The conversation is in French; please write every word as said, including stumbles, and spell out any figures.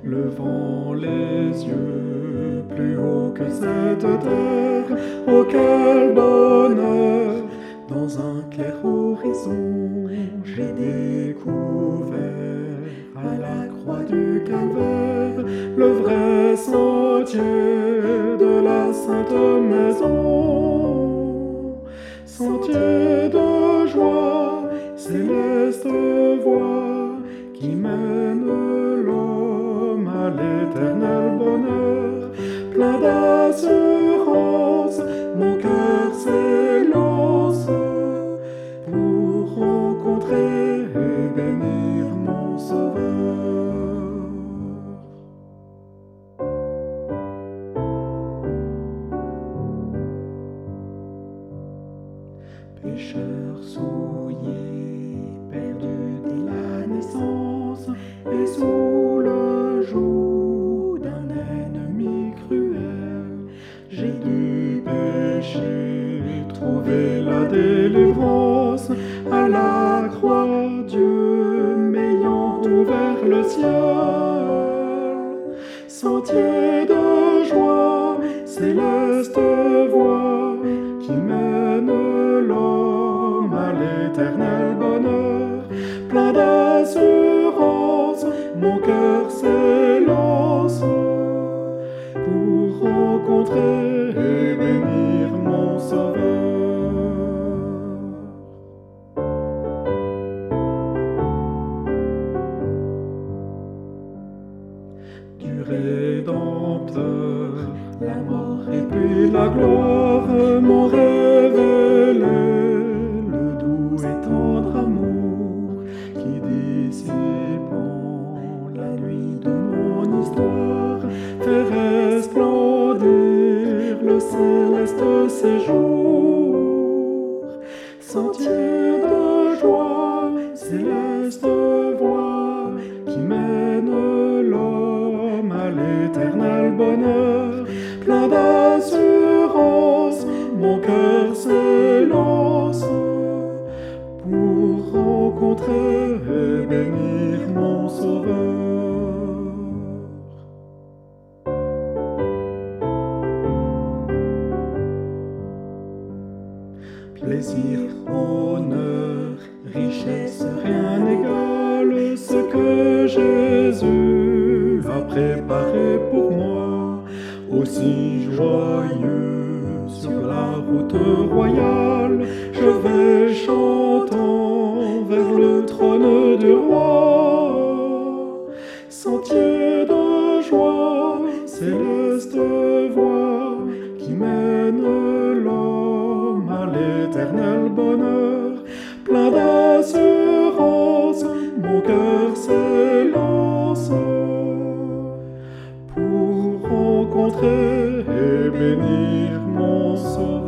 levant les yeux plus haut que cette terre. Oh, quel bonheur! Dans un clair horizon, j'ai découvert à la croix du Calvaire le vrai sentier de la Sainte Maison. Sentier de joie, céleste voie qui mène l'homme à l'éternel bonheur. Plein d'assurance, mon cœur s'élance pour rencontrer et bénir mon Sauveur. Pécheur souillé, perdu dès la naissance, et sous le joug d'un ennemi cruel, j'ai dû pécher, trouver la délivrance. À la croix, Dieu m'ayant ouvert le ciel. Sentier de joie, céleste voie qui mène l'homme à l'éternel bonheur. Plein d'assurance, mon cœur s'élance pour rencontrer et bénir mon Sauveur. Du Rédempteur, la mort et puis la gloire m'ont révélé le doux et tendre amour qui, dissipant la nuit de mon histoire, fait resplendir le céleste séjour. Sentier de joie, céleste voie qui mène l'homme à l'éternel bonheur. Plein d'assurance, mon cœur s'élance pour rencontrer et bénir mon Sauveur. Plaisir, honneur, richesse, rien n'égale ce que Jésus a préparé pour moi. Aussi joyeux sur la route royale, je vais chantant vers le trône du roi. Sentier de joie, céleste voie qui mène l'homme à l'éternel bonheur. Plein d'assurance, mon cœur s'élance pour rencontrer et bénir mon Sauveur.